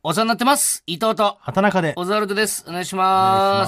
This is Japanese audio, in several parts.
お世話になってます。伊藤と畑中でオズワルドです。お願いします。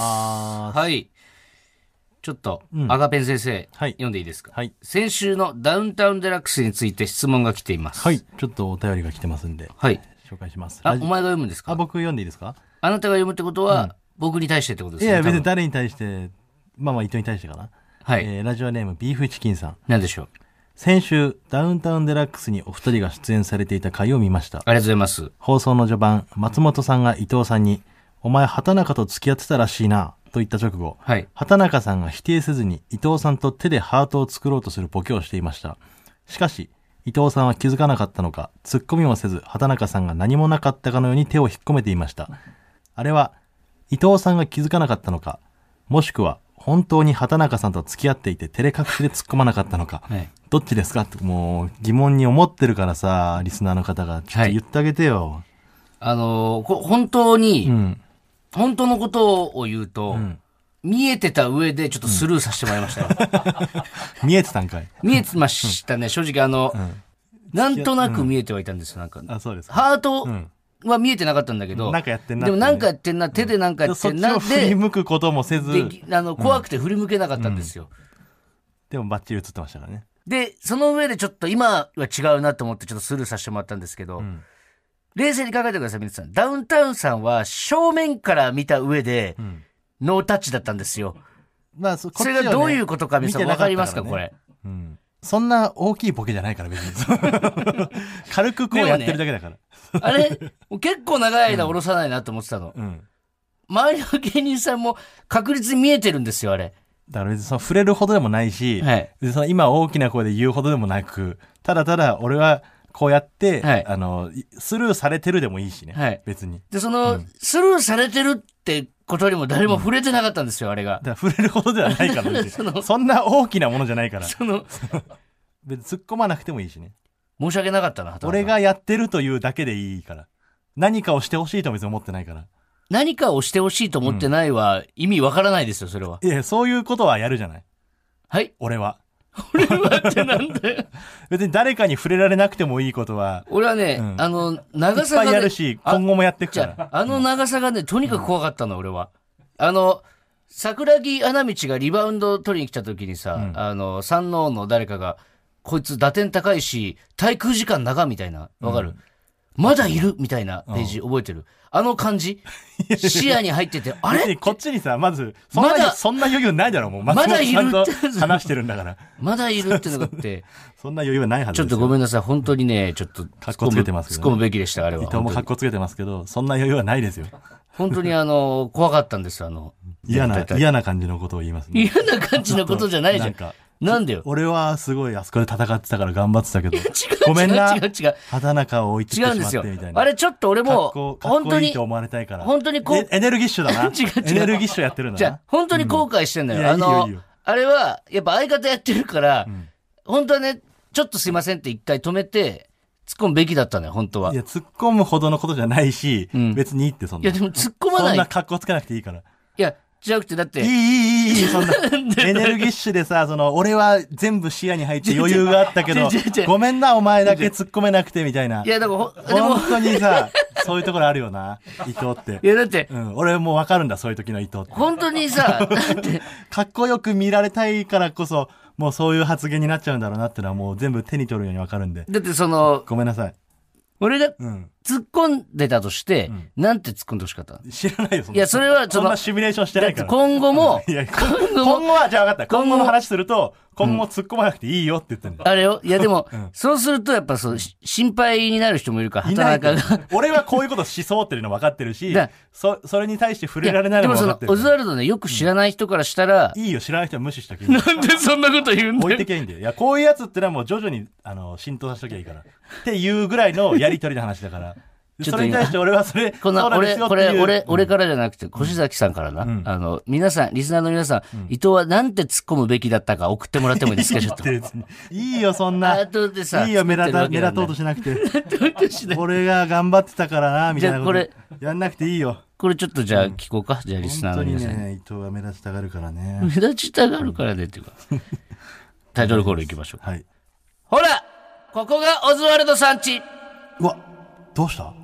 はい。ちょっと、アガペン先生、読んでいいですか？先週のダウンタウンデラックスについて質問が来ています。 はい。ちょっとお便りが来てますんで、紹介します。 お前が読むんですか？ 僕読んでいいですか？ あなたが読むってことは、僕に対してってことですか？ いや、別に誰に対して、伊藤に対してかな。 はい。 ラジオネームビーフチキンさん。 何でしょう？ 先週、ダウンタウンデラックスにお二人が出演されていた回を見ました。 ありがとうございます。 放送の序盤、松本さんが伊藤さんに、お前、畑中と付き合ってたらしいな、と言った直後、畑中さんが否定せずに伊藤さんと手でハートを作ろうとするボケをしていました。しかし、伊藤さんは気づかなかったのか、突っ込みもせず、畑中さんが何もなかったかのように手を引っ込めていました。あれは、伊藤さんが気づかなかったのか、もしくは、本当に畑中さんと付き合っていて照れ隠しで突っ込まなかったのか、どっちですかってもう疑問に思ってるからさ、リスナーの方がちょっと言ってあげてよ。 本当に、本当のことを言うと、見えてた上でちょっとスルーさせてもらいましたよ。 見えてたんかい？ 見えてましたね、正直なんとなく見えてはいたんですよ、なんか。 そうですか。 ハートは見えてなかったんだけど、 なんかやってんな、 でもなんかやってんな、手でなんかやってんな、 そっちを振り向くこともせず、 怖くて振り向けなかったんですよ。 でもバッチリ映ってましたからね。 で、その上でちょっと今は違うなと思ってちょっとスルーさせてもらったんですけど、冷静に考えてください、皆さん。ダウンタウンさんは正面から見た上で、ノータッチだったんですよ。それがどういうことか皆さん分かりますか、これ。 そんな大きいボケじゃないから別に。軽くこうやってるだけだから。 あれ、結構長い間下ろさないなと思ってたの。周りの芸人さんも確実に見えてるんですよ、あれ。 だから別に触れるほどでもないし、今大きな声で言うほどでもなく、ただただ俺はこうやって、スルーされてるでもいいしね、別に。 で、スルーされてるってことにも誰も触れてなかったんですよ、あれが。 だから触れるほどではないから、そんな大きなものじゃないから。別に突っ込まなくてもいいしね。 申し訳なかったな、 俺がやってるというだけでいいから。何かをしてほしいとは別に思ってないから。 何かをしてほしいと思ってないは意味わからないですよ、それは。 いや、そういうことはやるじゃない。 はい。 俺は。 俺はってなんだよ。 別に誰かに触れられなくてもいいことは。 俺はね、長さが、 いっぱいやるし、今後もやっていくから。 長さがね、とにかく怖かったの、俺は。桜木花道がリバウンド取りに来た時にさ、山王の誰かが、こいつ打点高いし、滞空時間長みたいな。わかる？まだいるみたいなページ覚えてる？あの感じ視野に入ってて、あれこっちにさ、まず、そんな余裕ないだろ、もう。 まだいるって話してるんだから。 まだいるってのがあって。 そんな余裕はないはずですよ。 ちょっとごめんなさい、本当にね、ちょっと。 カッコつけてますけど。 突っ込むべきでした、あれは。 伊藤もカッコつけてますけど、そんな余裕はないですよ。 本当に怖かったんですよ、 嫌な感じのことを言いますね。 嫌な感じのことじゃないじゃん。なんでよ。 俺はすごいあそこで戦ってたから頑張ってたけど。ごめんな。畑中を置いてしまってみたいな。 違うんですよ。あれちょっと俺も、本当に。 いいと思われたいから。 本当にエネルギッシュだな。エネルギッシュやってるんだな。 じゃあ、本当に後悔してんだよ。あれは、やっぱ相方やってるから、本当はね、ちょっとすいませんって一回止めて、突っ込むべきだったのよ、本当は。 いや、突っ込むほどのことじゃないし、別にいいってそんな。 いや、でも突っ込まない。 そんな格好つけなくていいから。 いや、じゃなくて、だって。 いい、そんな。エネルギッシュでさ、俺は全部視野に入って余裕があったけど、ごめんな、お前だけ突っ込めなくて、みたいな。 いや、でも、 本当にさ、そういうところあるよな、伊藤って。 いや、だって。 俺もうわかるんだ、そういう時の伊藤って。 本当にさ、だって。 かっこよく見られたいからこそ、もうそういう発言になっちゃうんだろうなってのはもう全部手に取るようにわかるんで。 だってごめんなさい。 俺が突っ込んでたとして、なんて突っ込んでほしかった？ 知らないよ、 いや、それはそんなシミュレーションしてないから。 今後も、 今後は、じゃあ分かった。今後の話すると、今後突っ込まなくていいよって言ってんだよ。 あれよ。いや、でも、そうするとやっぱ心配になる人もいるから、畑中が。 俺はこういうことしそうっていうの分かってるし、それに対して触れられないのも分かってる。 でもオズワルドね、よく知らない人からしたら、 いいよ、知らない人は無視しとけ。 なんでそんなこと言うんだよ。 置いてけいいんだよ。いや、こういうやつってのはもう徐々に、浸透させときゃいいから。っていうぐらいのやりとりの話だから。それに対して俺は俺からじゃなくて、越崎さんからな。皆さん、リスナーの皆さん、伊藤はなんて突っ込むべきだったか送ってもらってもいいですか、ちょっと。 いいよ、そんな。いいよ、目立とうとしなくて。俺が頑張ってたからな、みたいなこと。やんなくていいよ。 これちょっとじゃあ聞こうか。じゃあリスナーの皆さん。 本当にね、伊藤は目立ちたがるからね。 目立ちたがるからね、っていうか。タイトルコールいきましょう。 はい。 ほらここがオズワルドさんち。 うわ、どうした？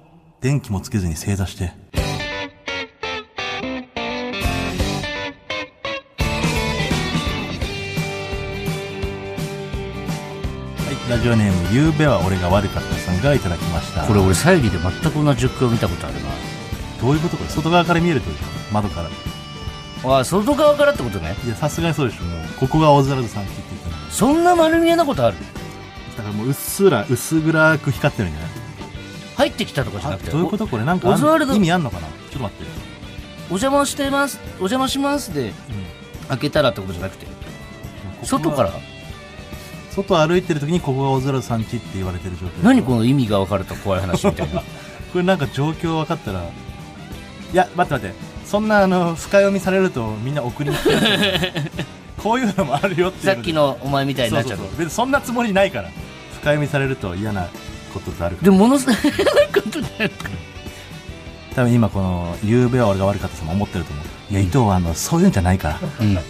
電気もつけずに正座して。ラジオネームゆうべは俺が悪かったさんがいただきました。 これ俺サイリで全く同じ状況を見たことあるな。 どういうこと？これ外側から見えるってことでしょ？窓から。 ああ、外側からってことね。 いやさすがにそうでしょ。もうここがオズワルドさんって言ってた。 そんな丸見えなことある？ だからもう薄暗く光ってるんじゃない？ 入ってきたとかじゃなくて。 どういうこと？これなんか意味あんのかな？ちょっと待って。 お邪魔してます、お邪魔しますで、開けたらってことじゃなくて、外から外歩いてる時にここがオズワルドさんちって言われてる状況。 何この意味が分かると怖い話みたいな。 これなんか状況分かったら、いや待ってそんな深読みされるとみんな送りに来てこういうのもあるよっていう。 さっきのお前みたいになっちゃう。 別にそんなつもりないから。深読みされると嫌なことってあるから。 でもものすごい嫌なことだよ。 多分今このゆうべは俺が悪かったとも思ってると思う。いや伊藤はそういうんじゃないから、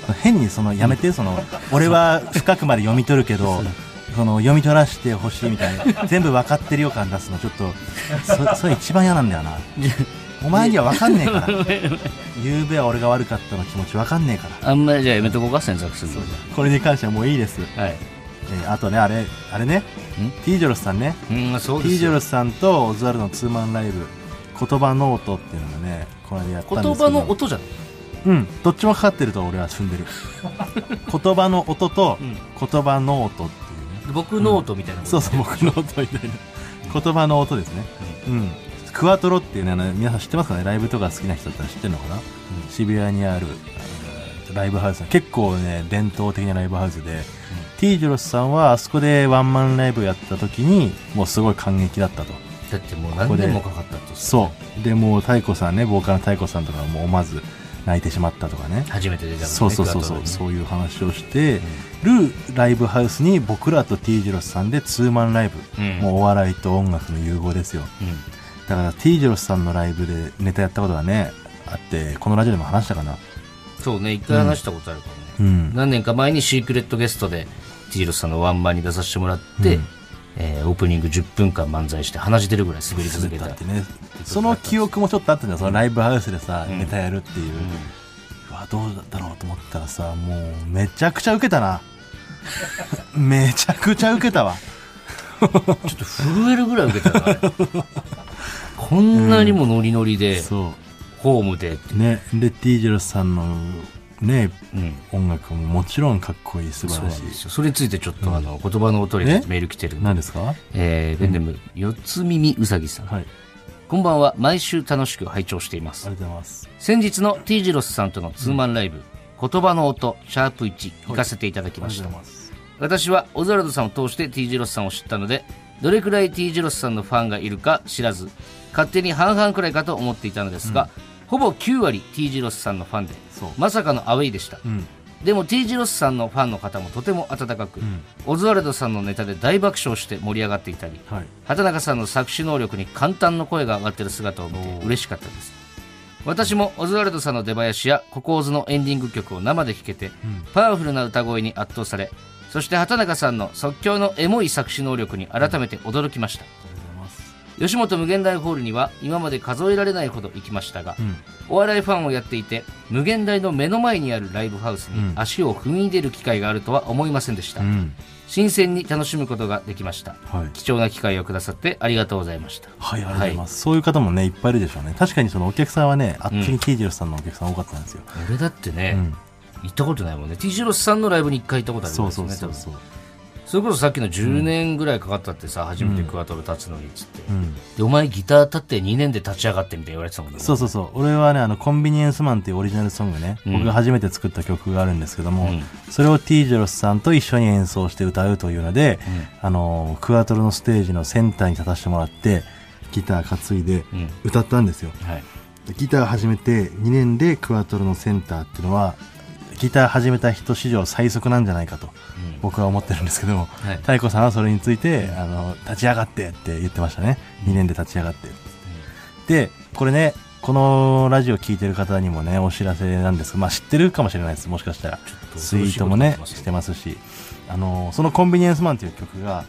変にやめて俺は深くまで読み取るけど読み取らせてほしいみたいな全部分かってるよ感出すのちょっとそれ一番嫌なんだよな。お前には分かんねえからゆうべは俺が悪かったの気持ち分かんねえから。 あんまりじゃあやめとこうか、詮索するの。 これに関してはもういいです。 はい。 あとねあれね T ジョロスさんね。 そうですよ。 T ジョロスさんとオズワルドのツーマンライブ言葉ノートっていうのがねこの間やったんですけど。 言葉の音じゃない？ どっちもかかってると俺は踏んでる。言葉の音と言葉ノートっていうね。 僕ノートみたいな、 そう僕ノートみたいな言葉の音ですね。クワトロっていうね皆さん知ってますかね。ライブとか好きな人だったら知ってるのかな。渋谷にあるライブハウス、結構ね伝統的なライブハウスで、T ジョロスさんはあそこでワンマンライブやった時にもうすごい感激だったと。 だってもう何年もかかったって。 そうでもう太鼓さんね、ボーカルの太鼓さんとかも思わず泣いてしまったとかね。 初めて出たからね。 そういう話をしてるライブハウスに僕らと T ジョロスさんでツーマンライブ、もうお笑いと音楽の融合ですよ。だから T ジョロスさんのライブでネタやったことがねあって、このラジオでも話したかな。 そうね、一回話したことあるかもね。何年か前にシークレットゲストで T ジョロスさんのワンマンに出させてもらって、オープニング10分間漫才して鼻血出るぐらい滑り続けたってね。 その記憶もちょっとあったんだよ。そのライブハウスでさ、ネタやるっていう、うわどうだろうと思ったらさ、もうめちゃくちゃウケたな。めちゃくちゃウケたわ。 ちょっと震えるぐらいウケたな。こんなにもノリノリで、ホームでね。で T ジョロスさんのね、音楽ももちろんかっこいい、素晴らしい。 それについてちょっと言葉の音でメール来てるんで。 何ですか？ ペンネーム四つ耳うさぎさん、こんばんは。毎週楽しく拝聴しています。 ありがとうございます。 先日の T ジロスさんとのツーマンライブ、言葉の音シャープ1行かせていただきました。私はオズワルドさんを通して T ジロスさんを知ったので、どれくらい T ジロスさんのファンがいるか知らず、勝手に半々くらいかと思っていたのですが、ほぼ9割 T ジロスさんのファンで、まさかのアウェイでした。でも T ジロスさんのファンの方もとても温かく、オズワルドさんのネタで大爆笑して盛り上がっていたり、畑中さんの作詞能力に簡単の声が上がっている姿を見て嬉しかったです。私もオズワルドさんの出囃子やココーズのエンディング曲を生で聴けて、パワフルな歌声に圧倒され、そして畑中さんの即興のエモい作詞能力に改めて驚きました。吉本無限大ホールには今まで数えられないほど行きましたが、お笑いファンをやっていて無限大の目の前にあるライブハウスに足を踏み入れる機会があるとは思いませんでした。新鮮に楽しむことができました。貴重な機会をくださってありがとうございました。 ありがとうございます。そういう方もねいっぱいいるでしょうね。確かにそのお客さんはね、あっちに T ジロスさんのお客さん多かったんですよ。 俺だってね、行ったことないもんね。T ジロスさんのライブに1回行ったことあるんですよね。それこそさっきの10年ぐらいかかったってさ、初めてクワトロ立つのにっつって、でお前ギター立って2年で立ち上がってみたいな言われてたもんね。俺はねコンビニエンスマンっていうオリジナルソングね、僕が初めて作った曲があるんですけども、それを T ジョロスさんと一緒に演奏して歌うというので、クワトロのステージのセンターに立たせてもらってギター担いで歌ったんですよ。ギター始めて2年でクワトロのセンターっていうのはギター始めた人史上最速なんじゃないかと僕は思ってるんですけども、太鼓さんはそれについて立ち上がってって言ってましたね。2年で立ち上がって、でこれね、このラジオ聞いてる方にもねお知らせなんですが、知ってるかもしれないです。もしかしたらツイートもねしてますし、そのコンビニエンスマンという曲が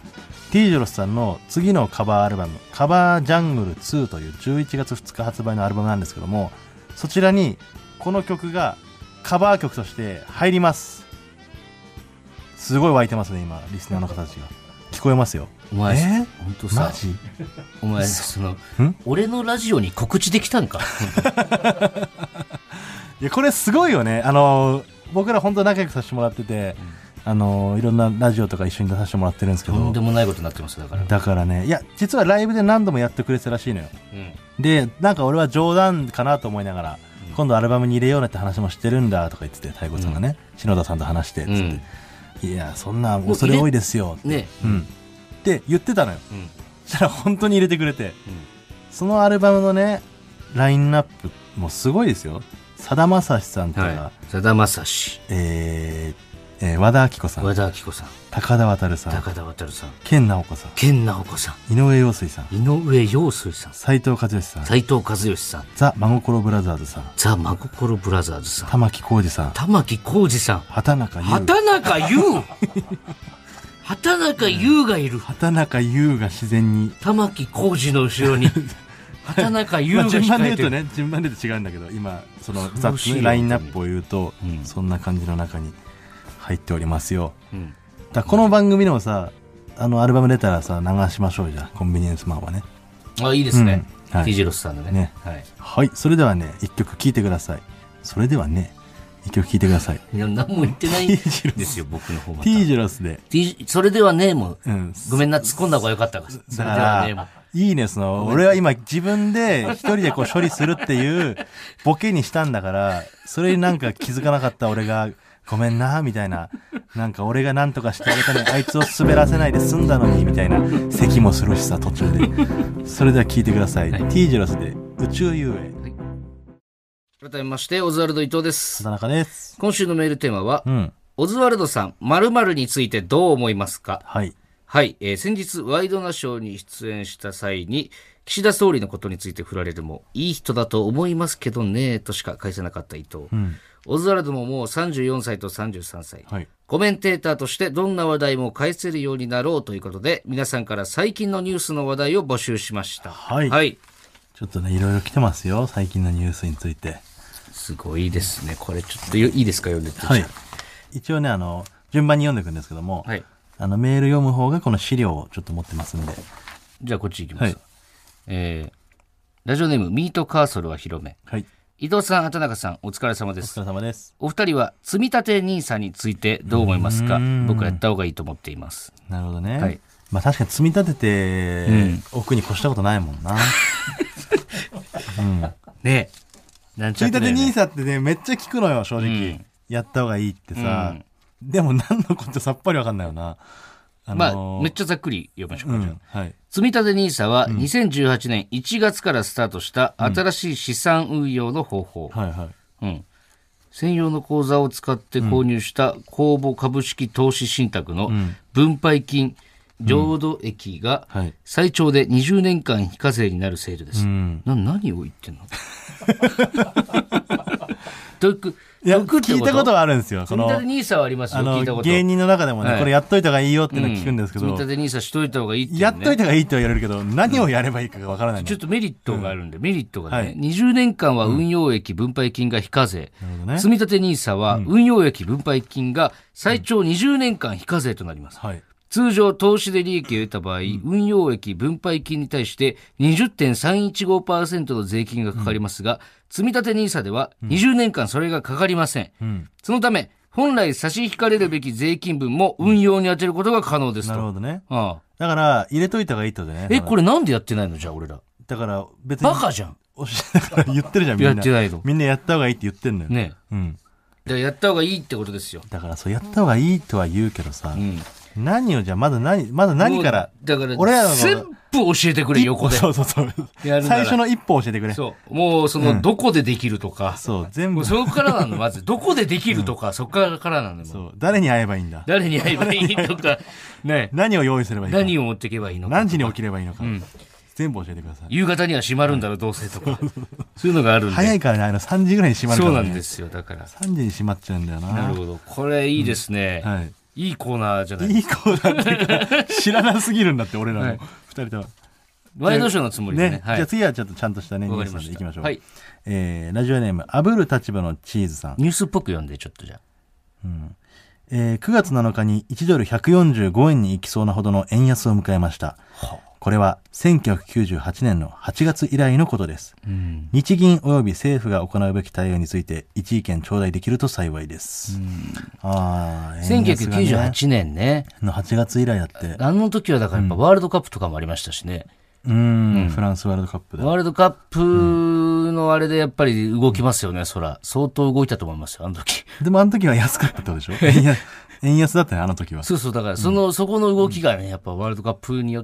T ジロスさんの次のカバーアルバムカバージャングル2という11月2日発売のアルバムなんですけども、そちらにこの曲がカバー曲として入ります。すごい湧いてますね今リスナーの方たちが。聞こえますよ。 お前本当さマジお前俺のラジオに告知できたんかいやこれすごいよね。僕ら本当仲良くさせてもらってて、いろんなラジオとか一緒に出させてもらってるんですけど、 とんでもないことになってます。 だからね、いや実はライブで何度もやってくれてたらしいのよ、でなんか俺は冗談かなと思いながら、今度アルバムに入れようねって話もしてるんだとか言ってて、太鼓さんがね、篠田さんと話してっつって、いやそんな恐れ多いですよって、って言ってたのよ、そしたら本当に入れてくれて、そのアルバムのねラインナップもすごいですよ。さだまさしさんとか、 さだまさし、 和田アキ子さん、高田渡さん、健直子さん、井上陽水さん、斉藤和義さん、ザ・真心ブラザーズさん、玉置浩二さん、畑中優がいる。畑中優が自然に玉置浩二の後ろに畑中優が控えてる。 順番で言うと違うんだけど、今その雑のラインナップを言うと、そんな感じの中に入っておりますよ、だこの番組でもさ、アルバム出たらさ流しましょうじゃん、コンビニエンスマンはね。 いいですね、T ジロスさんのね。 はい、それではね一曲聴いてください。 いや何も言ってないんですよ僕の方また。 T ジロスでそれではねもごめんな、突っ込んだ方がよかったから。それではねもいいね、俺は今自分で一人でこう処理するっていうボケにしたんだから、それになんか気づかなかった俺がごめんなみたいな、なんか俺がなんとかしてあげたのにあいつを滑らせないで済んだのにみたいな咳もするしさ途中で。それでは聞いてください、T ジロスで宇宙遊泳。 改めましてオズワルド伊藤です。 田中です。 今週のメールテーマは、オズワルドさん〇〇についてどう思いますか。はい、先日ワイドナショーに出演した際に岸田総理のことについて振られるもいい人だと思いますけどねとしか返せなかった伊藤、オズワルドももう34歳と33歳、コメンテーターとしてどんな話題も返せるようになろうということで、皆さんから最近のニュースの話題を募集しました。 ちょっとねいろいろ来てますよ、最近のニュースについて。 すごいですね。これちょっといいですか、読んでって。 一応ね順番に読んでいくんですけども、メール読む方がこの資料をちょっと持ってますんで、 じゃあこっち行きます、ラジオネームミートカーソルは広め、伊藤さん、畑中さん、お疲れ様です。 お疲れ様です。 お二人は積み立て NISA についてどう思いますか。僕はやった方がいいと思っています。 なるほどね、まあ確かに積み立てて奥に越したことないもんなねえ、積み立て NISA ってねめっちゃ聞くのよ正直、やった方がいいってさ、でも何のことさっぱりわかんないよな。 めっちゃざっくり読みましょうか、積み立て NISA は2018年1月からスタートした新しい資産運用の方法、専用の口座を使って購入した公募株式投資信託の分配金浄土益が最長で20年間非課税になる制度です。何を言ってんのいや聞いたことはあるんですよ。 積み立て NISA はありますよ。聞いたこと。 芸人の中でもね、これやっといた方がいいよっていうの聞くんですけど、 積み立て NISA しといた方がいいっていう、 やっといた方がいいとは言われるけど、何をやればいいかがわからない、 ちょっとメリットがあるんで、メリットがね、20年間は運用益分配金が非課税、積み立て NISA は運用益分配金が最長20年間非課税となります。通常投資で利益を得た場合、運用益分配金に対して 20.315% の税金がかかりますが、積み立て NISA では20年間それがかかりません、そのため本来差し引かれるべき税金分も運用に充てることが可能ですと。 なるほどね、だから入れといた方がいいってことね。 これなんでやってないのじゃあ俺ら。 だから別にバカじゃん。 だから言ってるじゃんみんな。 やってないの。 みんなやった方がいいって言ってんのよね。やった方がいいってことですよ。 だからそうやった方がいいとは言うけどさ、何をじゃあまず何から、 だから俺らの全部教えてくれ横で。 そう最初の一歩教えてくれ。 もうどこでできるとか、 全部そこからなの。まずどこでできるとか、そこからなの。 誰に会えばいいんだ、 誰に会えばいいとかね、 何を用意すればいいか、 何を持っていけばいいのか、 何時に起きればいいのか、全部教えてください。 夕方には閉まるんだろうどうせとかそういうのがあるんで。 早いからね、3時ぐらいに閉まるからね。 そうなんですよ。だから 3時に閉まっちゃうんだよな。 なるほど、これいいですね。 いいコーナーじゃないいいコーナーっていうか知らなすぎるんだって俺らの2人とも。 ワイドショーのつもりでね。 じゃあ次はちょっとちゃんとしたね、ニュースでいきましょう。 はい。 ラジオネーム、炙る立場のチーズさん。 ニュースっぽく読んで、ちょっとじゃあ。 9月7日に1ドル145円に行きそうなほどの円安を迎えました。これは1998年の8月以来のことです。日銀及び政府が行うべき対応について一意見頂戴できると幸いです。 1998年ね。 の8月以来だって。 あの時はだからやっぱワールドカップとかもありましたしね。 フランスワールドカップだ。 ワールドカップのあれでやっぱり動きますよね、そら。相当動いたと思いますよ、あの時。 でもあの時は安かったってことでしょ円安だったね、あの時は。 そうそう、だからそこの動きがね、やっぱワールドカップによって、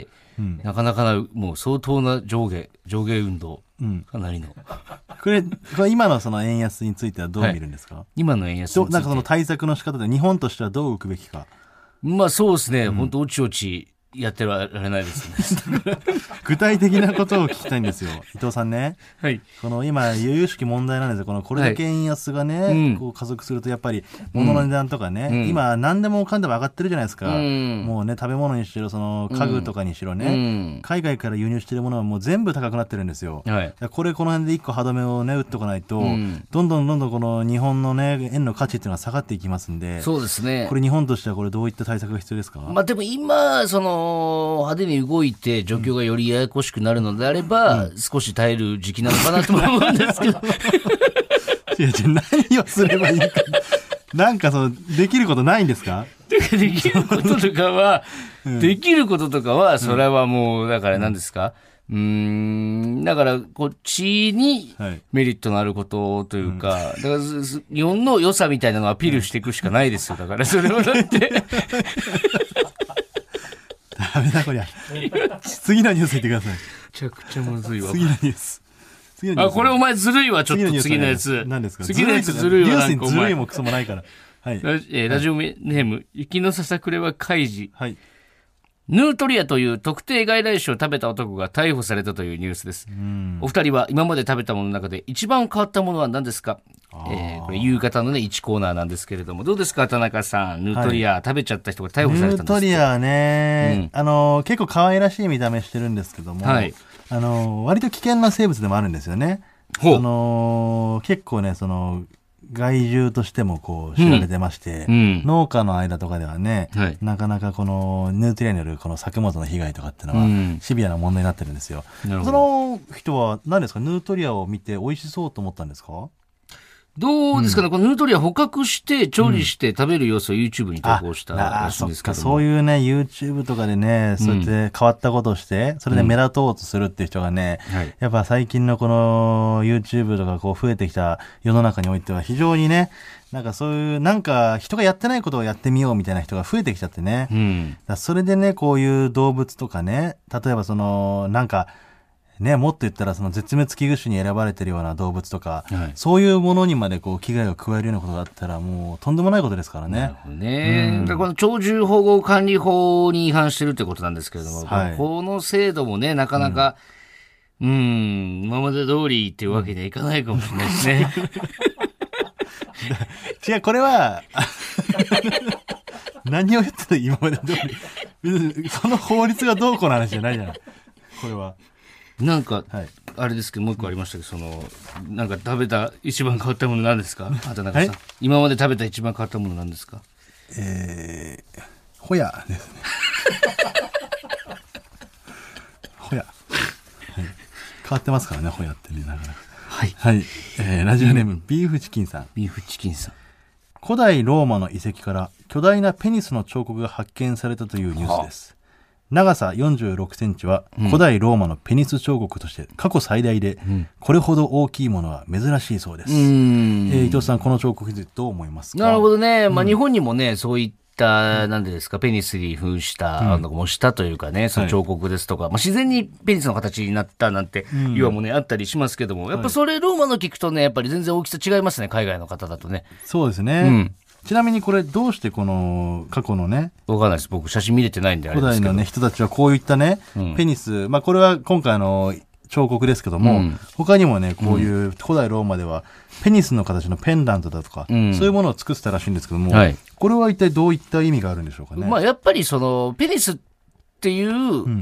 なかなかもう相当な上下運動、かなりの。 これ今のその円安についてはどう見るんですか？ 今の円安について。 なんかその対策の仕方で日本としてはどう浮くべきか。 まあそうですね、本当おちおち。やってられないですね。 具体的なことを聞きたいんですよ。伊藤さんね。 はい。 この今、由々しき問題なんですよ。これだけ円安がね、こう加速するとやっぱり物の値段とかね、今何でもかんでも上がってるじゃないですか。もうね、食べ物にしろ、その家具とかにしろね、海外から輸入してるものはもう全部高くなってるんですよ。はい。この辺で一個歯止めをね、打っとかないと、どんどんこの日本のね、円の価値っていうのは下がっていきますんで。 そうですね。 これ日本としてはこれどういった対策が必要ですか？ まあでも今、派手に動いて状況がよりややこしくなるのであれば、少し耐える時期なのかなと思うんですけど。 何をすればいいか。なんかできることないんですか？ できることとかは、それはもう、だから何ですか？だから、こっちにメリットのあることというか、だから日本の良さみたいなのをアピールしていくしかないですよ。だから、それはだって。 ダメだこりゃ。次のニュース言ってください。めちゃくちゃむずいわ。 次のニュース。 これお前ずるいわ、ちょっと次のやつ。 何ですか？ 次のやつずるいわ。 ニュースにずるいもクソもないから。はい。 ラジオネーム、雪のささくれは開示。はい。ヌートリアという特定外来種を食べた男が逮捕されたというニュースです。お二人は今まで食べたものの中で一番変わったものは何ですか？これ夕方のね1コーナーなんですけれども、どうですか田中さん。ヌートリア、食べちゃった人が逮捕されたんです。 ヌートリアね、結構可愛らしい見た目してるんですけども、割と危険な生物でもあるんですよね。結構ね害獣としても知られてまして、農家の間とかではね、なかなかこのヌートリアによるこの作物の被害とかっていうのはシビアな問題になってるんですよ。その人は何ですか？ヌートリアを見て美味しそうと思ったんですか？ どうですかね、このヌートリア捕獲して調理して食べる様子を YouTube に投稿したらしいんですけども、 そういうね YouTube とかでねそうやって変わったことをして、それで目立とうとするっていう人がね、やっぱ最近のこの YouTube とか増えてきた世の中においては非常にね、なんかそういうなんか人がやってないことをやってみようみたいな人が増えてきちゃってね、それでねこういう動物とかね、例えばなんかね、もっと言ったら絶滅危惧種に選ばれてるような動物とか、そういうものにまで危害を加えるようなことがあったらもうとんでもないことですからね。なるほどね。この鳥獣保護管理法に違反してるってことなんですけれども、この制度もねなかなか、今まで通りっていうわけにはいかないかもしれないですね。 違う、これは何を言ってた今まで通り。その法律がどうこうの話じゃないじゃない。これは。 なんか、あれですけど、もう一個ありましたけど、なんか食べた一番変わったもの何ですか？畑中さん。今まで食べた一番変わったもの何ですか？ ホヤですね。ホヤ。変わってますからね、ホヤってね、なかなか。はい。ラジオネーム、ビーフチキンさん。 ビーフチキンさん。 古代ローマの遺跡から巨大なペニスの彫刻が発見されたというニュースです。長さ46センチは古代ローマのペニス彫刻として過去最大で、これほど大きいものは珍しいそうです。伊藤さん、この彫刻でどう思いますか？ なるほどね。日本にもね、そういった何ですか、ペニスに扮した模したというかね、その彫刻ですとか、自然にペニスの形になったなんていうもね、あったりしますけども、やっぱそれローマの聞くとね、やっぱり全然大きさ違いますね、海外の方だとね。 そうですね。ちなみにこれどうしてこの過去のね、 わかんないです。僕写真見れてないんであれですけど。 古代のね人たちはこういったね、ペニス、これは今回彫刻ですけども、他にもね、こういう古代ローマではペニスの形のペンダントだとか、そういうものを作ってたらしいんですけども、これは一体どういった意味があるんでしょうかね。 まあやっぱりそのペニスっていう、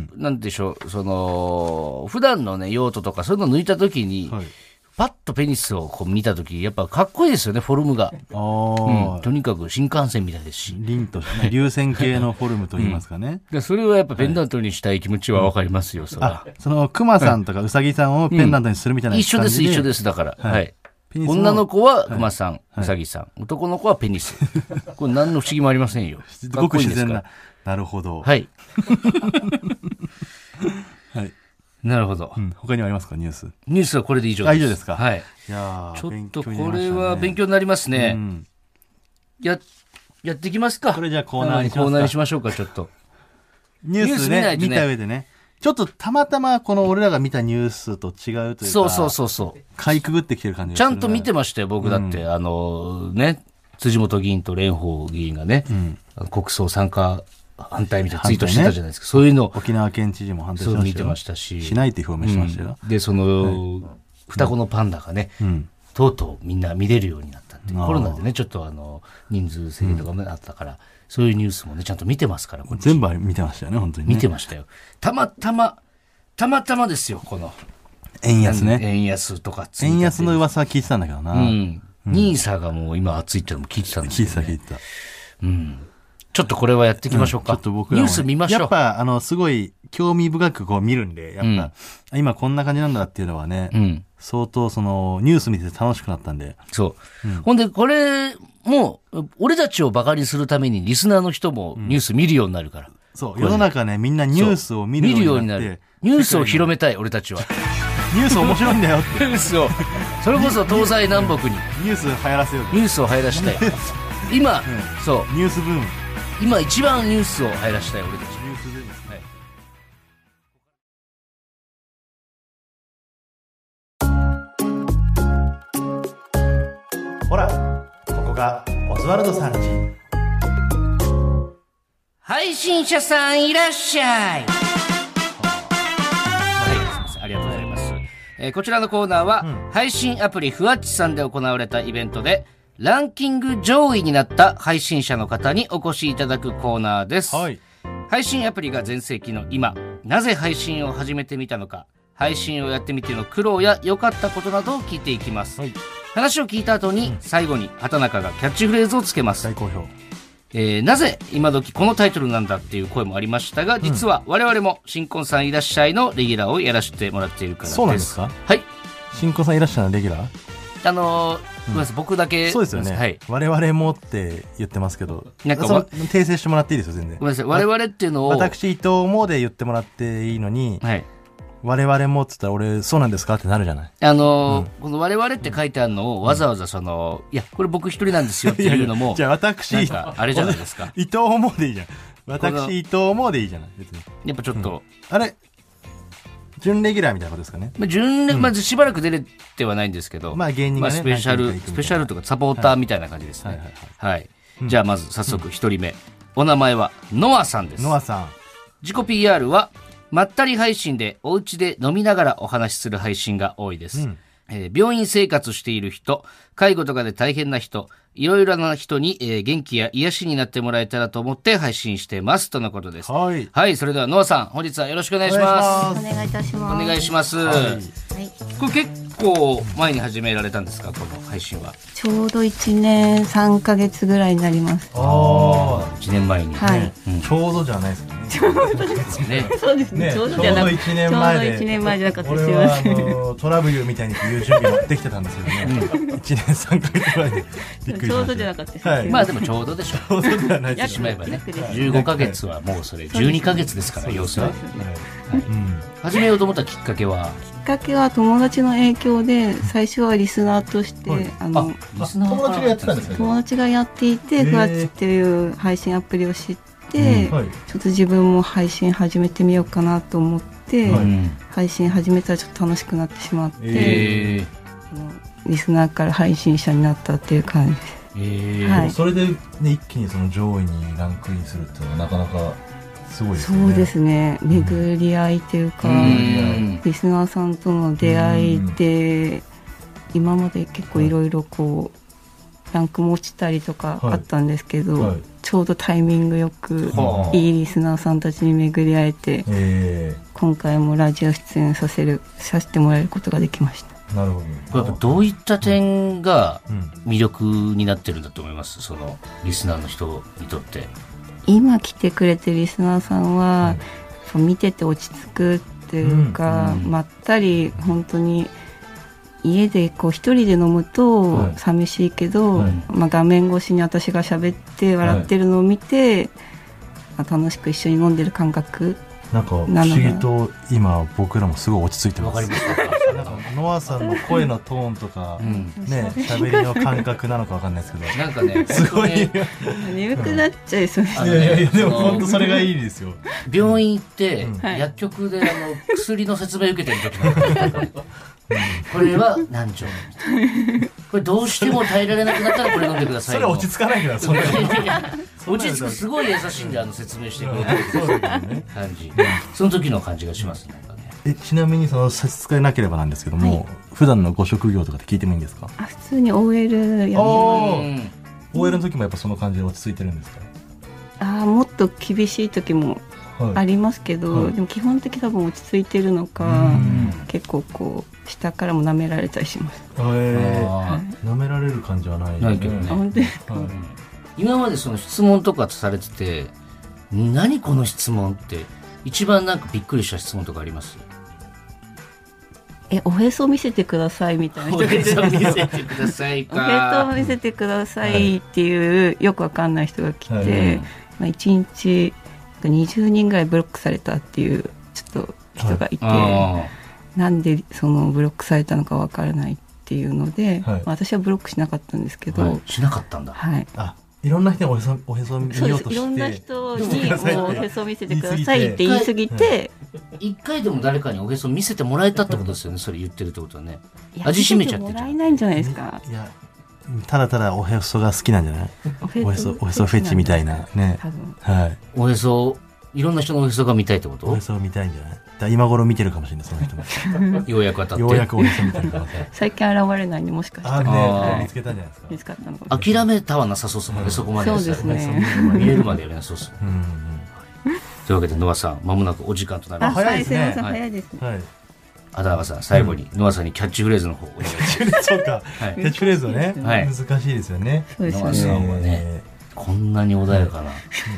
なんでしょう、その普段のね用途とかそういうのを抜いた時に、パッとペニスをこう見たとき、やっぱかっこいいですよね、フォルムが。とにかく新幹線みたいですし。 凛としたね、流線形のフォルムといいますかね。 でそれはやっぱペンダントにしたい気持ちはわかりますよ、 その熊さんとかウサギさんをペンダントにするみたいな感じで、 一緒です、一緒です、だから。はい。女の子は熊さん、ウサギさん。男の子はペニス。これ何の不思議もありませんよ。 ごく自然な。なるほど。 はい。 はい。 なるほど、 他にはありますか、ニュース。 ニュースはこれで以上です。 以上ですか。 はい。 いやちょっとこれは勉強になりますね。やっていきますか。 これじゃあコーナーにしましょうか、ちょっと。 ニュースね、見た上でね。ちょっとたまたまこの俺らが見たニュースと違うというか。そう。かいくぐってきてる感じがするね。 ちゃんと見てましたよ、僕だって。ね、辻元議員と蓮舫議員がね、国葬参加反対みたいなツイートしてたじゃないですか。そういうの。 沖縄県知事も反対してましたよ。 そう見てましたし。 しないって表明してましたよ。 で、その、双子のパンダがね、とうとうみんな見れるようになったって。コロナでね、ちょっと人数制限とかもあったから、そういうニュースもね、ちゃんと見てますから、 全部見てましたよね、本当にね。 見てましたよ。たまたまですよ、この。 円安ね。 円安とか円安の噂は聞いてたんだけどな。 ニーサがもう今熱いってのも聞いてたんですよね。 聞いてた。 ちょっとこれはやっていきましょうか。 ちょっと僕らもニュース見ましょう。 やっぱ、すごい興味深くこう見るんで、やっぱ、今こんな感じなんだっていうのはね、相当ニュース見てて楽しくなったんで。 そう。ほんで、これ、もう、俺たちをバカにするためにリスナーの人もニュース見るようになるから。 そう。世の中ね、みんなニュースを見るようになって。 ニュースを広めたい、俺たちは。 ニュース面白いんだよって。 ニュースを。それこそ東西南北に。 ニュース流行らせよう。 ニュースを流行らしたい。今、そう。 ニュースブーム。 今一番ニュースを流行らしたい、俺たち。ニュースブームですね。 ほら、ここがオズワルドさんち。 配信者さんいらっしゃい。はい、すみません、ありがとうございます。こちらのコーナーは、配信アプリふわっちさんで行われたイベントで、ランキング上位になった配信者の方にお越しいただくコーナーです。配信アプリが全盛期の今、なぜ配信を始めてみたのか、配信をやってみての苦労や良かったことなどを聞いていきます。話を聞いた後に、最後に畑中がキャッチフレーズをつけます。 大好評。 なぜ今時このタイトルなんだっていう声もありましたが、実は我々も新婚さんいらっしゃいのレギュラーをやらせてもらっているからです。 そうなんですか？ はい。 新婚さんいらっしゃいのレギュラー？ ごめんなさい、僕だけ。 そうですよね。はい。我々もって言ってますけど、 なんか訂正してもらっていいですよ、全然。 ごめんなさい、我々っていうのを。 私、伊藤もで言ってもらっていいのに、はい。我々もって言ったら俺、そうなんですかってなるじゃない。 この我々って書いてあるのをわざわざいや、これ僕一人なんですよっていうのも。 じゃあ私、 あれじゃないですか。 伊藤もでいいじゃん。私、伊藤もでいいじゃない、別に。 やっぱちょっと。 あれ準レギュラーみたいなことですかね。 まずしばらく出れてはないんですけど。 まあ芸人がね。 スペシャルとかサポーターみたいな感じですね。はい。じゃあまず早速一人目。お名前はノアさんです。 ノアさん。 自己 PR は、まったり配信でお家で飲みながらお話しする配信が多いです。病院生活している人、介護とかで大変な人、いろいろな人に、元気や癒しになってもらえたらと思って配信してますとのことです。はい。はい、それではノアさん、本日はよろしくお願いします。 お願いいたします。 お願いします。はい。これ結構前に始められたんですか、この配信は。 ちょうど1年3ヶ月ぐらいになります。 ああ、1年前に。 はい。 ちょうどじゃないですかね。 ちょうどですね。そうですね。ちょうどじゃなくて。ちょうど1年前じゃなかったです。 俺はトラブルみたいに言う準備もできてたんですけどね。1年3ヶ月ぐらいでびっくりしました。 ちょうどじゃなかったです。 まあでもちょうどでしょ。 ちょうどではないです。しまえばね。15ヶ月はもうそれ12ヶ月ですから要するに。始めようと思ったきっかけは。 きっかけは友達の影響で最初はリスナーとして友達がやってたんですか？ 友達がやっていてふわっちっていう配信アプリを知って、ちょっと自分も配信始めてみようかなと思って、配信始めたらちょっと楽しくなってしまって、リスナーから配信者になったっていう感じです。 それで、ね、一気にその上位にランクインするっていうのはなかなかすごいですね。 そうですね、巡り合いというか、リスナーさんとの出会いで、今まで結構いろいろこうランクも落ちたりとかあったんですけど、ちょうどタイミングよくいいリスナーさんたちに巡り会えて、今回もラジオ出演させてもらえることができました。 なるほど。 これやっぱどういった点が魅力になってるんだと思います、そのリスナーの人にとって。 今来てくれてるリスナーさんは、見てて落ち着くっていうか、まったり本当に家でこう一人で飲むと寂しいけど、画面越しに私が喋って笑ってるのを見て、楽しく一緒に飲んでる感覚なんか不思議と今僕らもすごい落ち着いてます。わかりますか？なんかノアさんの声のトーンとか、ね、喋りの感覚なのかわかんないですけど、 なんかね、 すごい眠くなっちゃいそうです。 いやでも本当それがいいですよ。 病院行って薬局で薬の説明受けてる時なんですよ。これは何錠、これどうしても耐えられなくなったらこれ飲んでください。 それ落ち着かないから、そんな落ち着く、すごい優しいんで説明してくれてる感じ、その時の感じがしますね。 ちなみにその差し支えなければなんですけども、普段のご職業とかって聞いてもいいんですか？ 普通に OL やってます。OL の時もやっぱその感じで落ち着いてるんですか？ もっと厳しい時もありますけど、でも基本的に多分落ち着いてるのか、結構こう下からも舐められたりします。 舐められる感じはないけどね。本当ですか？今までその質問とかされてて、何この質問って一番なんかびっくりした質問とかあります？ おへそ見せてくださいみたいな人がいるんですよ。おへそ見せてくださいか。おへそ見せてくださいっていうよくわかんない人が来て、1日20人ぐらいブロックされたっていうちょっと人がいて、なんでそのブロックされたのかわからないっていうので、私はブロックしなかったんですけど、 しなかったんだ。 はい。 いろんな人におへそ見ようとして、 いろんな人におへそ見せてくださいって言い過ぎて、 一回でも誰かにおへそ見せてもらえたってことですよね。それ言ってるってことはね。味しめちゃってもらえないんじゃないですか。 いや、ただただおへそが好きなんじゃない？おへそフェチみたいなね。はい。 おへそ、いろんな人のおへそが見たいってこと？ おへそを見たいんじゃない？今頃見てるかもしれない、その人も。 ようやく当たって。 ようやくおへそ見てるかもしれない。 最近現れないんで、もしかしたら。 見つけたんじゃないですか。 見つかったのかも。諦めたはなさそうですもんね、そこまで。 そうですね。 見れるまでやりなそうです。というわけで、ノアさん、まもなくお時間となります。 早いですね。 早いですね。 あだながさん、最後にノアさんにキャッチフレーズの方をお願いします。 そうか。キャッチフレーズはね、難しいですよね。 ノアさんはね、こんなに穏やかな。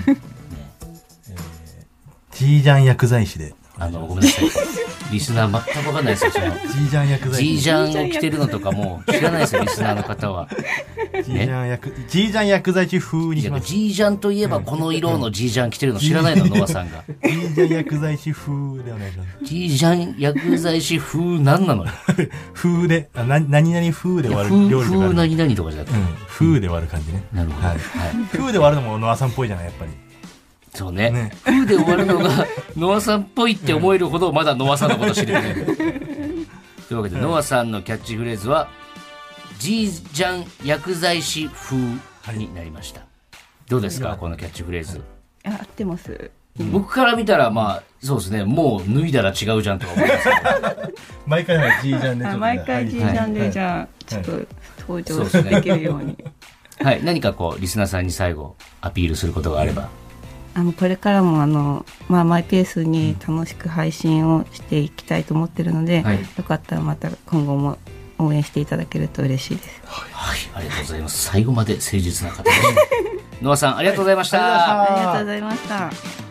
ジージャン薬剤師で。 ごめんなさい。リスナー全く分かんないですよ。ジージャン薬剤師。 ジージャンを着てるのとかも知らないですよ、リスナーの方は。 ジージャン薬剤師風にします。 ジージャンといえばこの色のジージャン着てるの知らないの、ノアさんが。 ジージャン薬剤師風でお願いします。 ジージャン薬剤師風何なのよ。 風で、何々風で終わる料理とか。 風何々とかじゃなくて。 風で終わる感じね。 なるほど。 風で終わるのもノアさんっぽいじゃない、やっぱり。 そうね。風で終わるのがノアさんっぽいって思えるほどまだノアさんのこと知れてない。というわけで、ノアさんのキャッチフレーズはジージャン薬剤師風になりました。どうですか、このキャッチフレーズ。 合ってます。 僕から見たら、まあそうですね、もう脱いだら違うじゃんとか思いますけど。 毎回はジージャンで毎回ジージャンで、じゃあちょっと登場できるように。 はい、何かこうリスナーさんに最後アピールすることがあれば。 これからもマイペースに楽しく配信をしていきたいと思ってるので、よかったらまた今後も応援していただけると嬉しいです。 はい、ありがとうございます。最後まで誠実な方です。ノアさん、ありがとうございました。 ありがとうございました。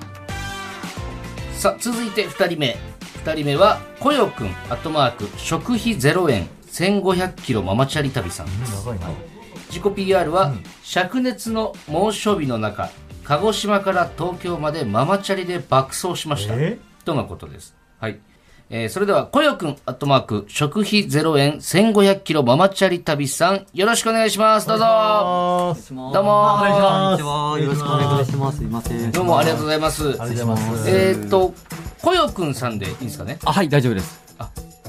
さあ、続いて2人目。2人目はこよくん@食費0円1500キロママチャリ旅さんです。自己 PR は、灼熱の猛暑日の中、鹿児島から東京までママチャリで爆走しました、とのことです。はい。それではこよくん@食費0円1500キロママチャリ旅さん、よろしくお願いします。どうぞ。どうも。こんにちは。よろしくお願いします。すいません。 どうもありがとうございます。 ありがとうございます。 こよくんさんでいいですかね。 はい、大丈夫です。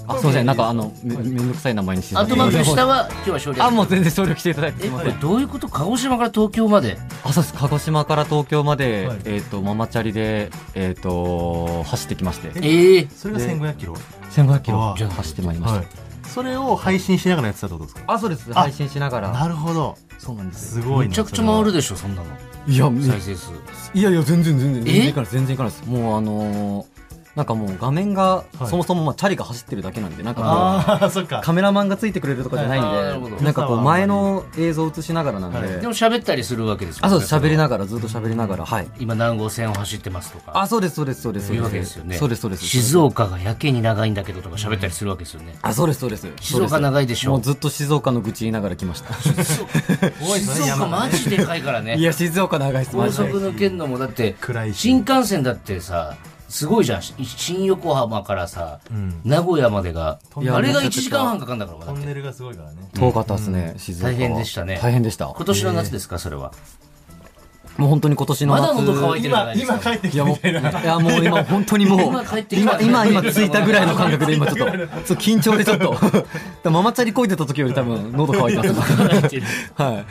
あ、そうですね。なんかめんどくさい名前にしてアットマーク下は今日は省略。 あ、もう全然省略していただいて。 これどういうこと？鹿児島から東京まで。 あ、そうです。鹿児島から東京まで、ママチャリで、走ってきまして。 それが1500キロ。 1500キロ走ってまいりました。 それを配信しながらやってたってことですか？ あ、そうです。配信しながら。 なるほど。 そうなんです。 すごいね。 めちゃくちゃ回るでしょ、そんなの。 いや、 再生数。 いやいや、全然いかないです。全然いかないです。もうなんかもう画面がそもそもチャリが走ってるだけなんで、なんかもうカメラマンがついてくれるとかじゃないんで、なんかこう前の映像を映しながらなんで。 でも喋ったりするわけですよね。 あ、そうです。喋りながら、ずっと喋りながら、はい。 今何号線を走ってますとか。 あ、そうです。いうわけですよね。 そうです。 静岡がやけに長いんだけどとか喋ったりするわけですよね。 あ、そうです。 静岡長いでしょ。 もうずっと静岡の愚痴言いながら来ました。 静岡マジでかいからね。 いや、静岡長いです。 高速抜けんのもだって、新幹線だってさ、すごいじゃん。新横浜からさ、名古屋までが、あれが1時間半かかんだから。 トンネルがすごいからね。 遠かったですね、静岡は。 大変でしたね。 大変でした。 今年の夏ですか、それは。 もう本当に今年の夏。 まだ喉乾いてるじゃないですか。 今帰ってきたみたいな。 いや、もう今本当にもう、今着いたぐらいの感覚で今ちょっと、緊張でちょっと、ママチャリこいでた時より多分喉乾いてます。はい。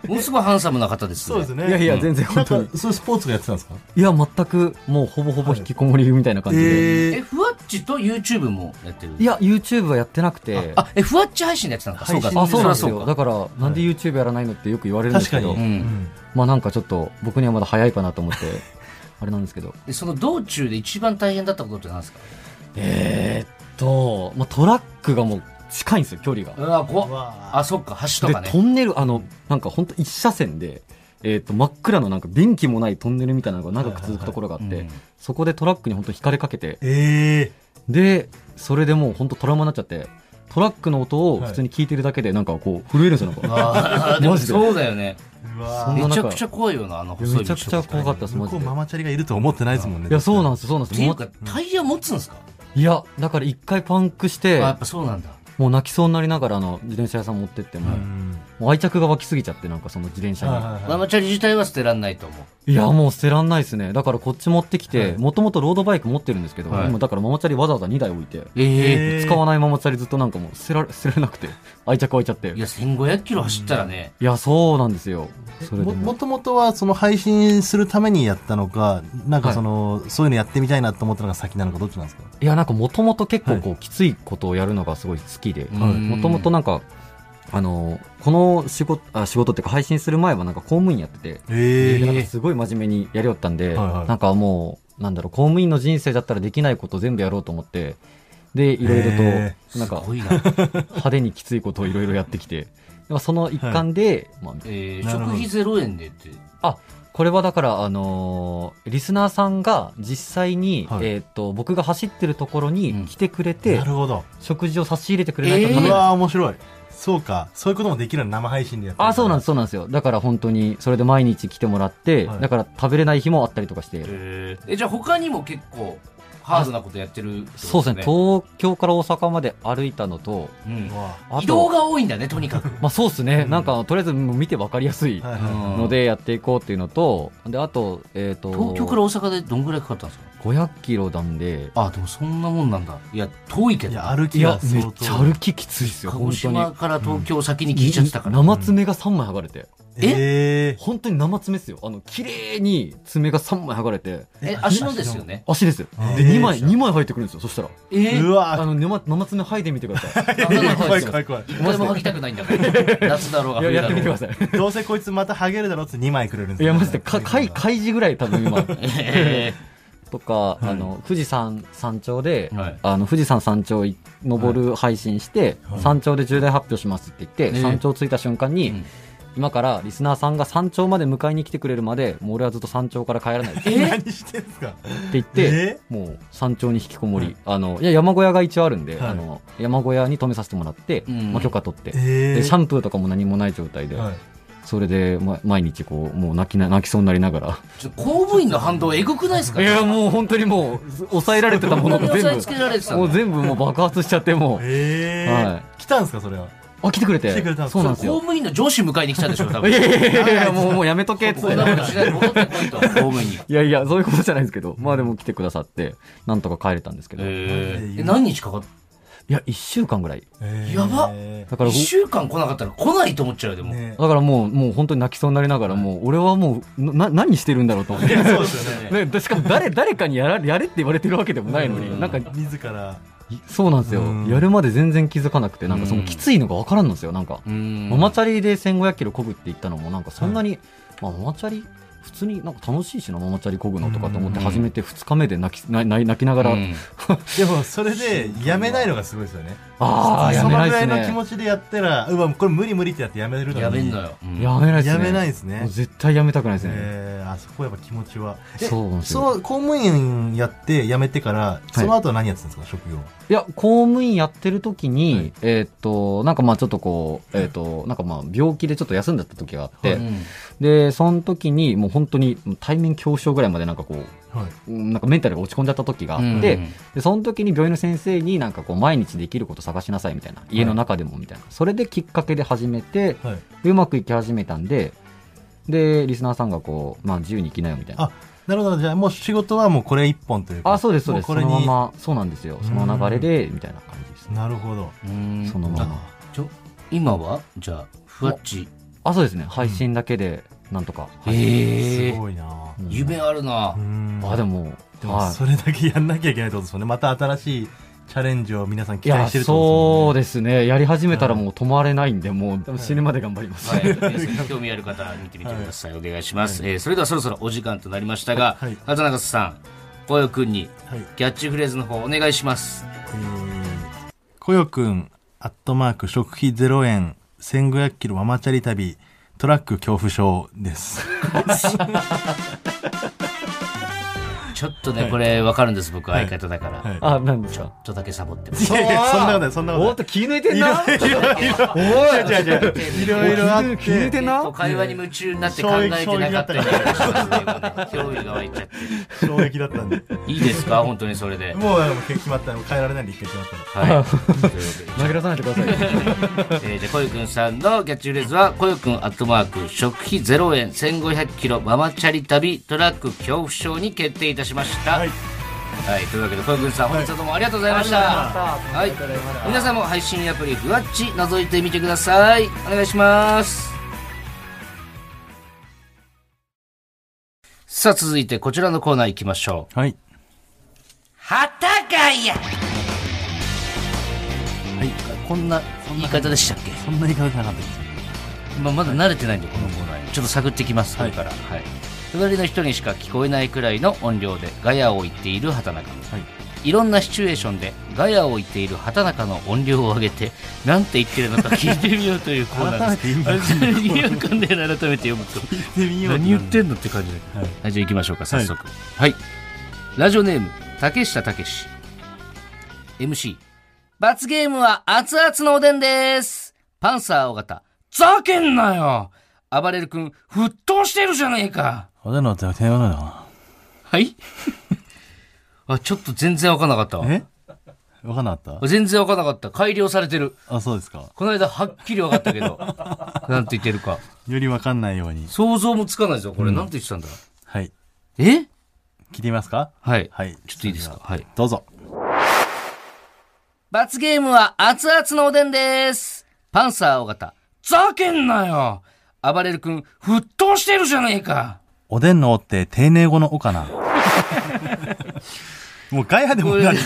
ものすごいハンサムな方ですね。 そうですね。 いや、全然本当に。 そういうスポーツがやってたんですか？ いや、全く、もうほぼほぼ引きこもりみたいな感じで。 ふわっちと YouTube もやってる？ いや、YouTube はやってなくて。 ふわっち配信でやってたのか。そうか。 あ、そうなんですよ。だから、なんで YouTube やらないのってよく言われるんですけど。まあなんかちょっと僕にはまだ早いかなと思ってあれなんですけど。 その道中で一番大変だったことって何ですか？ まあトラックがもう近いんですよ、距離が。 あ、そっか、橋とかね。 でトンネルなんか本当一車線で真っ暗のなんか電気もないトンネルみたいなのが長く続くところがあって、そこでトラックに本当引かれかけて、でそれでもう本当トラウマになっちゃって。トラックの音を普通に聞いてるだけでなんかこう震えるんですよ。 でもそうだよね。めちゃくちゃ怖いよな、 めちゃくちゃ怖かったです。 向こうママチャリがいると思ってないですもんね。 いや、そうなんです。 っていうかタイヤ持つんですか？ いや、だから一回パンクして、 やっぱそうなんだ。 もう泣きそうになりながら自転車屋さん持ってってもう愛着が湧きすぎちゃって、なんかその自転車に。 ママチャリ自体は捨てらんないと思う。 いや、もう捨てらんないですね。だからこっち持ってきて、もともとロードバイク持ってるんですけど、今だからママチャリわざわざ2台置いて、使わないママチャリずっとなんかもう捨てられなくて、愛着湧いちゃって。 いや、1500キロ走ったらね。 いや、そうなんですよ。 もともとはその配信するためにやったのか、なんかそういうのやってみたいなと思ったのが先なのか、どっちなんですか？ いや、なんかもともと結構きついことをやるのがすごい好きで、もともとなんか、この仕事っていうか配信する前はなんか公務員やってて、なんかすごい真面目にやりよったんで、なんかもう、なんだろう、公務員の人生だったらできないことを全部やろうと思って、で、いろいろと、なんか、派手にきついことをいろいろやってきて、その一環で、 食費0円でって。 これはだから、リスナーさんが実際に、僕が走ってるところに来てくれて、食事を差し入れてくれないとダメ。 うわー、面白い。そうか、そういうこともできるの、生配信でやってる。 そうなんですよ。だから本当に、それで毎日来てもらって、だから食べれない日もあったりとかして。 じゃあ他にも結構、ハードなことやってるってことですね。 そうですね。東京から大阪まで歩いたのと、 移動が多いんだね、とにかく。 まあそうですね。なんか、とりあえず見て分かりやすいのでやっていこうっていうのと、で、あと、 東京から大阪でどんぐらいかかったんですか ？500キロなんで。 でもそんなもんなんだ。いや、遠いけど。 いや、歩きがめっちゃ歩ききついですよ、 鹿児島から東京先に聞いちゃってたから。 生爪が3枚剥がれて。本当に生爪ですよ。綺麗に爪が3枚剥がれて。 足のですよね。 足ですよ。で、2枚入ってくるんですよ、そしたら。 うわ生爪剥いでみてください。 怖い。一回も剥ぎたくないんだから。夏だろうが冬だろうが。 やってみてください。 どうせこいつまた剥げるだろうって2枚くれるんですよ。 いや、マジで、開示ぐらい多分今。とか、富士山山頂で、富士山山頂登る配信して、山頂で重大発表しますって言って、山頂着いた瞬間に、今からリスナーさんが山頂まで迎えに来てくれるまで、もう俺はずっと山頂から帰らないです。 何してんすかって言って、もう山頂に引きこもり、いや、山小屋が一応あるんで、山小屋に泊めさせてもらって、許可取って、で、シャンプーとかも何もない状態で、それで、毎日こう、もう泣きそうになりながら。 公務員の反動えぐくないですか？ いや、もう本当にもう、抑えられてたものが全部、もう全部もう爆発しちゃってもう。 来たんですか、それは。 来てくれて。 そうなんですよ。公務員の上司迎えに来たんでしょ、多分。いや、もうやめとけって。 そんなことしないで戻ってこいと、公務員に。 いや、そういうことじゃないですけど、まあでも来てくださって、なんとか帰れたんですけど。 何日かかっいや、1週間ぐらい。 やば。だから1週間来なかったら来ないと思っちゃうよ、でも。 だからもう本当に泣きそうになりながら、もう俺はもう何してるんだろうと思って。そうですよね。しかも誰かにやれって言われてるわけでもないのに、なんか自ら。 そうなんですよ。やるまで全然気づかなくて、なんかそのきついのが分からんのですよ。なんかママチャリで1500キロ漕ぐって言ったのも、なんかそんなに、ママチャリ普通になんか楽しいしな、ママチャリ漕ぐのとかと思って始めて2日目で泣きながら、 でもそれでやめないのがすごいですよね。 ああ、 そのぐらいの気持ちでやったら、これ無理ってやってやめるのにやめんのよ。 やめないですね。 やめないですね。 絶対やめたくないですね。 あそこやっぱ気持ちは。 そうなんですよ。 公務員やって辞めてから、その後は何やってたんですか、職業。 いや、公務員やってる時に、なんかまあちょっとこう、なんかまあ病気でちょっと休んだった時があって、で、その時にもう本当に対面恐怖症ぐらいまでなんかこう、なんかメンタルが落ち込んじゃった時があって、で、その時に病院の先生になんかこう毎日できること探しなさいみたいな、家の中でもみたいな、それできっかけで始めて、うまくいき始めたんで、で、リスナーさんがこう、まあ自由に生きなよみたいな。 なるほど。じゃあもう仕事はもうこれ一本というか。 そうです。そのまま、そうなんですよ。その流れで、みたいな感じです。 なるほど。 そのまま。 今はじゃあ、ふわっち。 そうですね。配信だけで、なんとか。 すごいな。 夢あるな。 でも、 それだけやんなきゃいけないってことですよね。また新しいチャレンジを皆さん期待してるってことそうですね。やり始めたらもう止まれないんで、もう死ぬまで頑張ります。 興味ある方は見てみてください。お願いします。それではそろそろお時間となりましたが、畑中さん、こよくんにキャッチフレーズの方お願いします。 こよくん@食費0円1500キロママチャリ旅トラック恐怖症です。 ちょっとね、これ分かるんです、僕相方だから。 なんですか。 ちょっとだけサボってます。 そんなことない、そんなことない。 おっと、気抜いてんな。 いろいろあって。 気抜いてんな。 会話に夢中になって考えてなかったりとかしますね。脅威が湧いちゃって。 衝撃だったんで。 いいですか、本当にそれで。 もう決まったの、変えられないんで一回決まったの。はい。投げ出さないでください。 じゃあ、こよくんさんのキャッチフレーズは、こよくん@食費0円1500キロママチャリ旅トラック恐怖症に決定いたしました。はい、というわけでこよくんさん、本日はどうもありがとうございました。はい、皆さんも配信アプリふわっち覗いてみてください。お願いします。さあ、続いてこちらのコーナー行きましょう。 はい。 はたがや。はい、こんな言い方でしたっけ？ そんな言い方じゃなかったです。 まだ慣れてないんで、このコーナーにちょっと探ってきます。これから。はい。隣の人にしか聞こえないくらいの音量でガヤを言っている畑中、いろんなシチュエーションでガヤを言っている畑中の音量を上げてなんて言ってるのか聞いてみようというコーナーです。意味わかんないな、改めて読むと何言ってんのって感じで、じゃあ行きましょうか、早速。はい、ラジオネーム竹下武史 MC 罰ゲームは熱々のおでんです。パンサー尾形、ざけんなよ。暴れる君、沸騰してるじゃねえか。 おでんのって手間だな。 はいちょっと全然分かんなかったわ。 分かんなかった？ 全然分かんなかった。改良されてる。 そうですか。 この間はっきり分かったけどなんて言ってるかより分かんないように想像もつかないですよ。これなんて言ってたんだ。 はい。 聞いてみますか？ はい。 はい。 ちょっといいですか？はい。 どうぞ。 罰ゲームは熱々のおでんです。パンサー尾形、ざけんなよ。暴れる君、沸騰してるじゃねえか。 おでんのおって丁寧語のおかな。もうガヤでもない。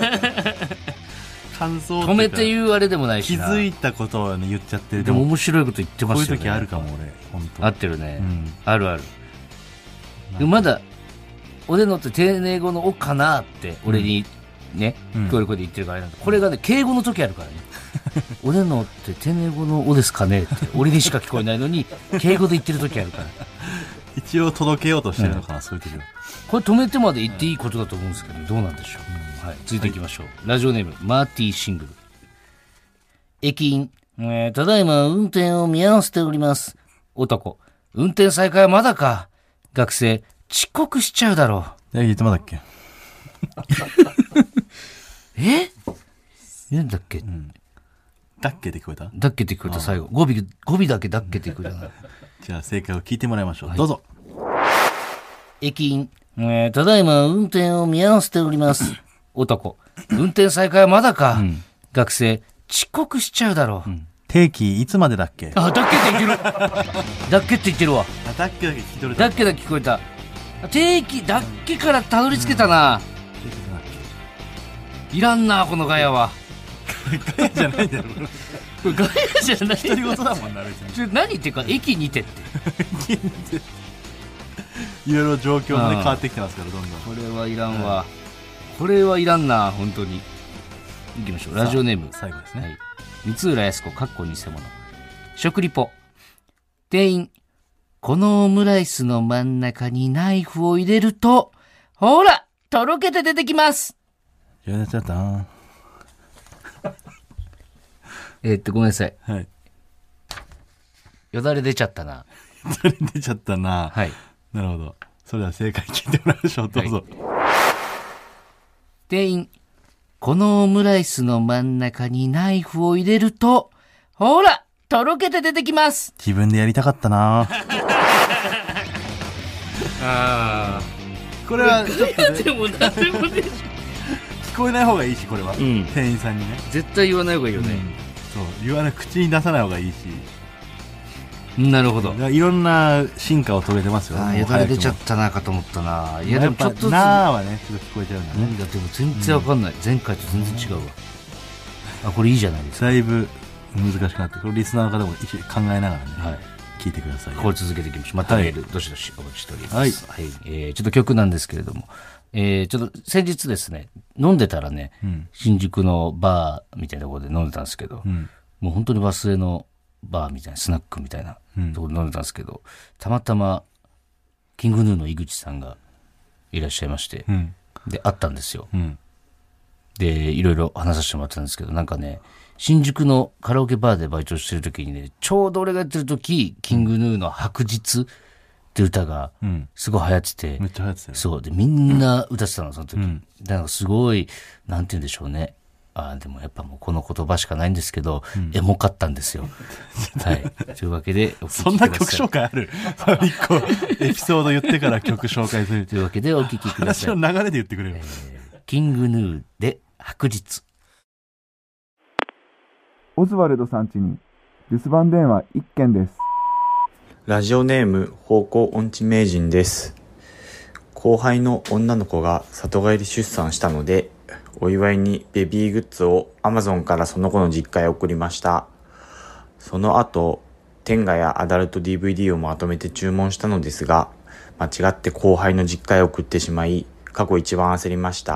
感想止めて言うあれでもないしな。気づいたことを、ね、言っちゃってる。 でも面白いこと言ってますよね。 こういう時あるかも俺。本当。 合ってるね。あるある。でもまだおでんのって丁寧語のおかなって俺にね、聞こえる声で言ってるからあれなんだ。これがね、敬語の時あるからね。おでんのって丁寧語のおですかねって俺にしか聞こえないのに敬語で言ってる時あるから。 一応届けようとしてるのかな、そういう時は。これ止めてまで言っていいことだと思うんですけど、どうなんでしょう。はい、続いていきましょう。ラジオネームマーティーシングル。駅員、ただいま運転を見合わせております。男、運転再開はまだか。学生、遅刻しちゃうだろう。 言ってまだっけ。 言うんだっけ、 だっけって聞こえた？ だっけって聞こえた。最後語尾だけだっけって聞こえた。 じゃあ正解を聞いてもらいましょう。どうぞ。 駅員、ただいま運転を見合わせております。男、運転再開はまだか。 学生、遅刻しちゃうだろう。 定期いつまでだっけ？ だっけって言ってる。だっけって言ってるわ。 だっけだけ聞き取れた。 だっけだけ聞こえた。定期だっけからたどり着けたな。いらんな、このガヤは。 ガヤじゃないだろ。これガヤじゃない。 独り言だもんな、別に。 何言っていうか、駅にてって。 いろいろ状況もね、変わってきてますから、どんどん。 これはいらんわ。これはいらんな、本当に。いきましょう。ラジオネーム。 最後ですね。 三浦靖子、かっこ偽物。食リポ。店員。このオムライスの真ん中にナイフを入れると、ほらとろけて出てきます。 やっちゃったな。 ごめんなさい。 はい。 よだれ出ちゃったな。 よだれ出ちゃったな。 はい。 なるほど。それでは正解聞いてもらいましょう。どうぞ。はい、 店員。このオムライスの真ん中にナイフを入れると、ほらとろけて出てきます。 自分でやりたかったな。 あこれはちょっと、ね、 でも何でもね聞こえない方がいいし、これは、店員さんにね絶対言わない方がいいよね、 そう言わない、口に出さない方がいいし。 なるほど。 いろんな進化を遂げてますよね。 よだれ出ちゃったなかと思ったな。 いやでもちょっとなーはねちょっと聞こえちゃうんだね。 何だでも全然わかんない、前回と全然違うわ。あ、これいいじゃないですか。 だいぶ難しくなって、これリスナーの方も一緒に考えながらね、聞いてください。 これ続けていきましょう。またメール、どしどしお待ちしております。はい。ちょっと曲なんですけれども、ちょっと先日ですね、飲んでたらね、新宿のバーみたいなところで飲んでたんですけど、もう本当にバスへのバーみたいな、スナックみたいなところで飲んでたんですけど、たまたまキングヌーの井口さんがいらっしゃいまして、で会ったんですよ、でいろいろ話させてもらったんですけど、なんかね、新宿のカラオケバーでバイトしてる時にね、ちょうど俺がやってる時、キングヌーの白日って歌がすごい流行ってて、 めっちゃ流行ってたよ。 そうで、みんな歌ってたのその時、だからすごいなんて言うんでしょうね、でもやっぱもうこの言葉しかないんですけど、エモかったんですよ。はい。というわけでお聞きください。 そんな曲紹介ある？一個エピソード言ってから曲紹介する。 というわけでお聞きください。 話の流れで言ってくれる。 キングヌーで白日。 オズワルドさん家に留守番電話1件です。 ラジオネーム方向音痴名人です。後輩の女の子が里帰り出産したので、お祝いにベビーグッズを Amazon からその子の実家へ送りました。その後、天下やアダルト DVD をまとめて注文したのですが、間違って後輩の実家へ送ってしまい、過去一番焦りました。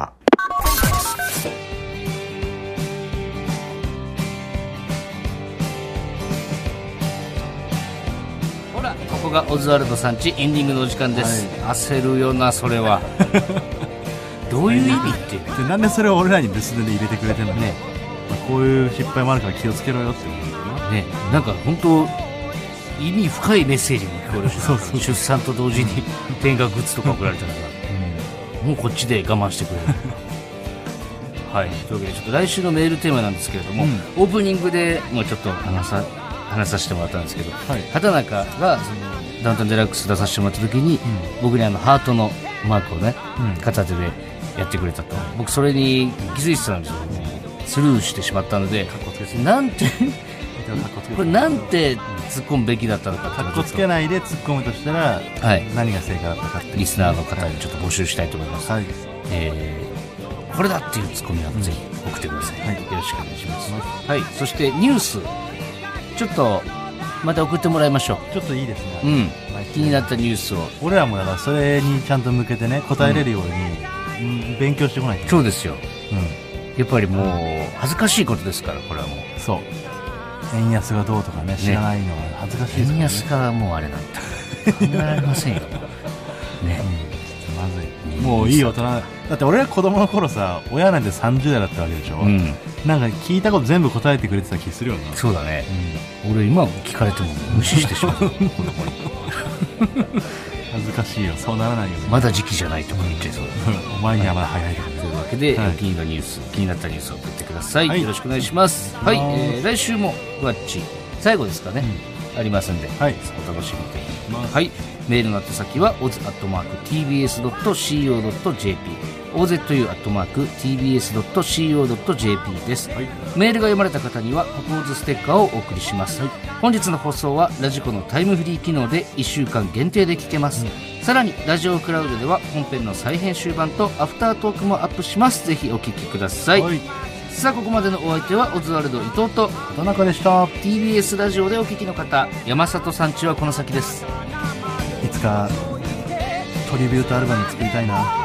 ほら、ここがオズワルドさんちエンディングのお時間です。焦るよな、それは。どういう意味ってで、なんでそれを俺らに留守電で入れてくれてんのね。こういう失敗もあるから気をつけろよってことね。なんか本当意味深いメッセージも聞こえるし、そう出産と同時に天下グッズとか送られたらさ、もうこっちで我慢してくれる。はい。というわけでちょっと来週のメールテーマなんですけれども、オープニングでもうちょっと話させてもらったんですけど、畑中がそのダウンタウンデラックス出させてもらった時に、僕にハートのマークをね、片手でやってくれたと。僕それに気づいてたんですよ。スルーしてしまったので、なんてこれなんて突っ込むべきだったのかかっこつけないで突っ込むとしたら、何が正解だったかってリスナーの方にちょっと募集したいと思います。これだっていうツッコミはぜひ送ってください。よろしくお願いします。はい。そしてニュースちょっとまた送ってもらいましょう。 ちょっといいですね。 気になったニュースを。 俺らもだからそれにちゃんと向けてね、答えれるように、勉強してこないと。 そうですよ。やっぱりもう恥ずかしいことですから、これはもう。 そう。円安がどうとかね、知らないのは恥ずかしいですからね。 円安がもうあれなんて考えられませんよ。ね。 まずい。もういい大人。だって俺が子供の頃さ、親なんて30代だったわけでしょ。なんか聞いたこと全部答えてくれてた気するよな。 そうだね。俺今聞かれても無視してしまう。子供に。 恥ずかしいよ。そうならないよね。 まだ時期じゃないとか言っちゃいそうだ。 お前にはまだ早いとか。 というわけで、気になったニュース、気になったニュースを送ってください。よろしくお願いします。はい。来週もふわっち最後ですかね。ありますんで、お楽しみに。はい。メールの宛先はoz@tbs.co.jp ozu@tbs.co.jp です、はい、メールが読まれた方にはココーズステッカーをお送りします、はい、本日の放送はラジコのタイムフリー機能で1週間限定で聞けます、さらにラジオクラウドでは本編の再編集版とアフタートークもアップします。ぜひお聞きください、はい、さあここまでのお相手はオズワルド伊藤と田中でした。 TBS ラジオでお聞きの方、山里さんちはこの先です。 いつかトリビュートアルバム作りたいな。